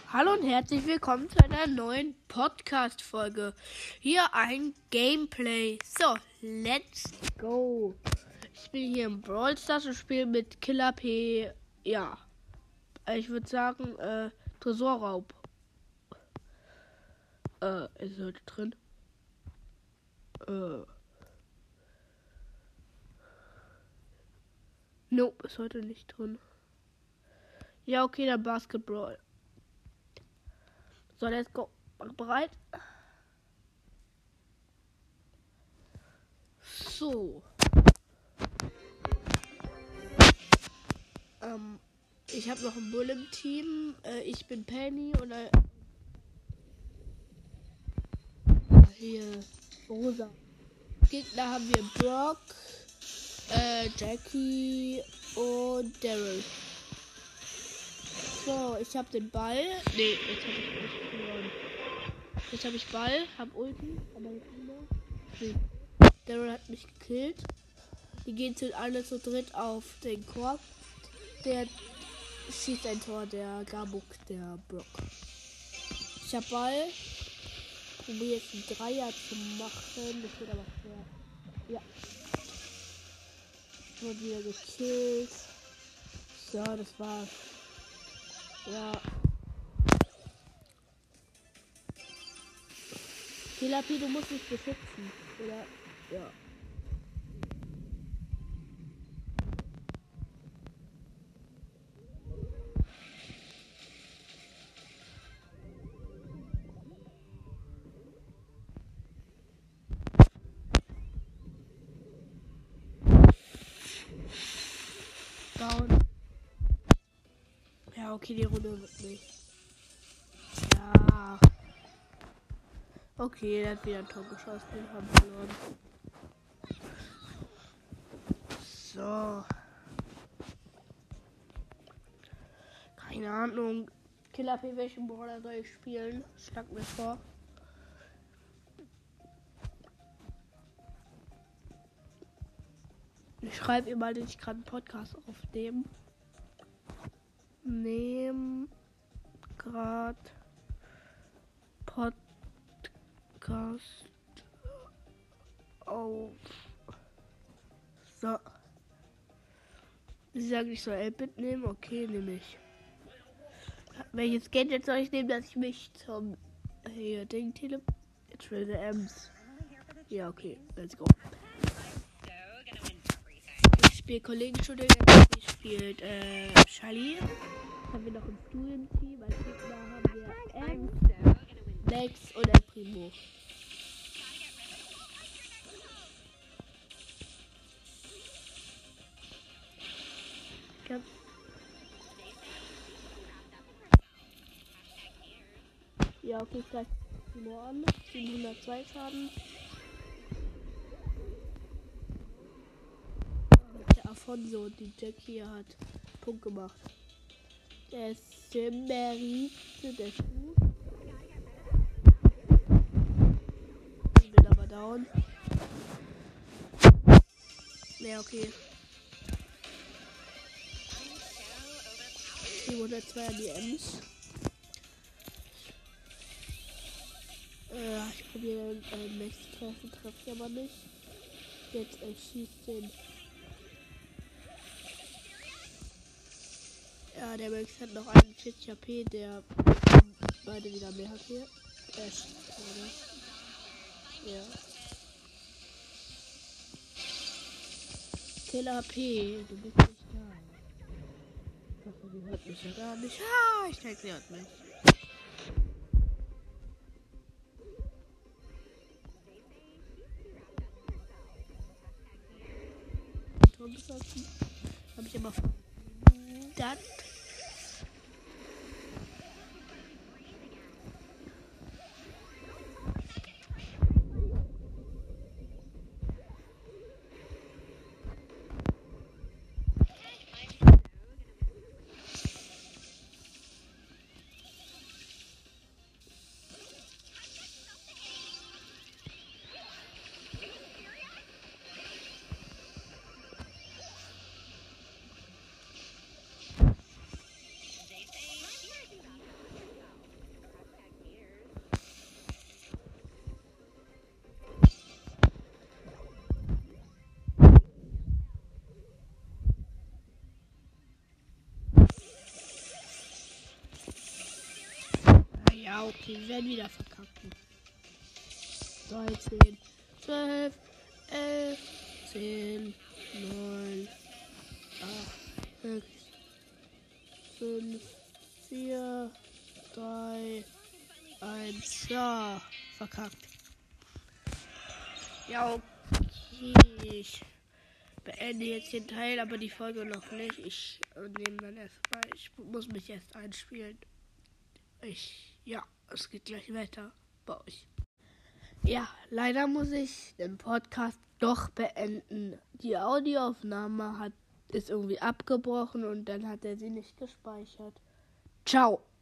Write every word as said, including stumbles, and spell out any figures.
Hallo und herzlich willkommen zu einer neuen Podcast-Folge. Hier ein Gameplay. So, let's go. Ich bin hier im Brawl Stars und spiele mit Killer P. Ja, ich würde sagen, äh, Tresorraub. Äh, ist heute drin? Äh. Nope, ist heute nicht drin. Ja, okay, dann Basketball. So, let's go. Mach bereit? So. Ähm, ich habe noch einen Bull im Team. Äh, ich bin Penny und äh, hier Rosa. Gegner haben wir Brock, äh, Jackie und Daryl. So, ich habe den Ball. Nee, jetzt habe ich nicht verloren. Jetzt habe ich Ball, hab Ulti, aber jetzt immer. Nee. Daryl hat mich gekillt. Die gehen zu alle zu dritt auf den Korb. Der schießt ein Tor, der Gabuk, der Brock. Ich hab Ball. Probiere jetzt einen Dreier zu machen. Das wird aber schwer. Ja. Ich wurde wieder gekillt. So, das war's. Ja. Killer P, du musst mich beschützen. Oder? Ja. Down. Ja, okay, die Runde wird nicht. Ja. Okay, der hat wieder ein Tor geschossen. Den haben wir verloren. So. Keine Ahnung. Killer P, welchen Brawler soll ich spielen? Schlag mir vor. Ich schreibe ihr mal, dass ich gerade einen Podcast aufnehme. Nehm grad Podcast auf. So. Sie sagen, ich soll elf-Bit nehmen. Okay, nehme ich. Welches Gadget soll ich nehmen, dass ich mich zum hier Ding tele... Jetzt will der Ems. Ja, okay. Let's go. Ich spiele Kollegenschule. Ich spielt äh, Charlie. Haben wir noch ein Stu im Team. Als Gegner haben wir Ems, Max und El Primo. Ja. Ja, okay, ich gleich Primo an. siebenhundertzwei Schaden. Der Afonso und die Jackie hat Punkt gemacht. Der Simmerit, der ist gut. Ich bin aber down. Ne, okay. siebenhundertzwei an die Ems. Äh, ich probiere den äh, Max zu treffen, treffe ich aber nicht. Jetzt äh, schießt den. Ja, der Max hat noch einundvierzig H P, der beide wieder mehr H P. Äh, ja. Killer H P, du bist nicht da. Ich hoffe, sie hört mich ja gar nicht. Ah, ich denke, sie hört mich. Tor geschossen. Habe ich aber dann. Ja, okay, wir werden wieder verkacken. dreizehn, zwölf, elf, zehn, neun, acht, sechs, fünf, vier, drei, eins. Ja, verkackt. Ja, okay. Ich beende jetzt den Teil, aber die Folge noch nicht. Ich nehme dann erst mal. Ich muss mich erst einspielen. Ich, ja, es geht gleich weiter bei euch. Ja, leider muss ich den Podcast doch beenden. Die Audioaufnahme hat ist irgendwie abgebrochen und dann hat er sie nicht gespeichert. Ciao.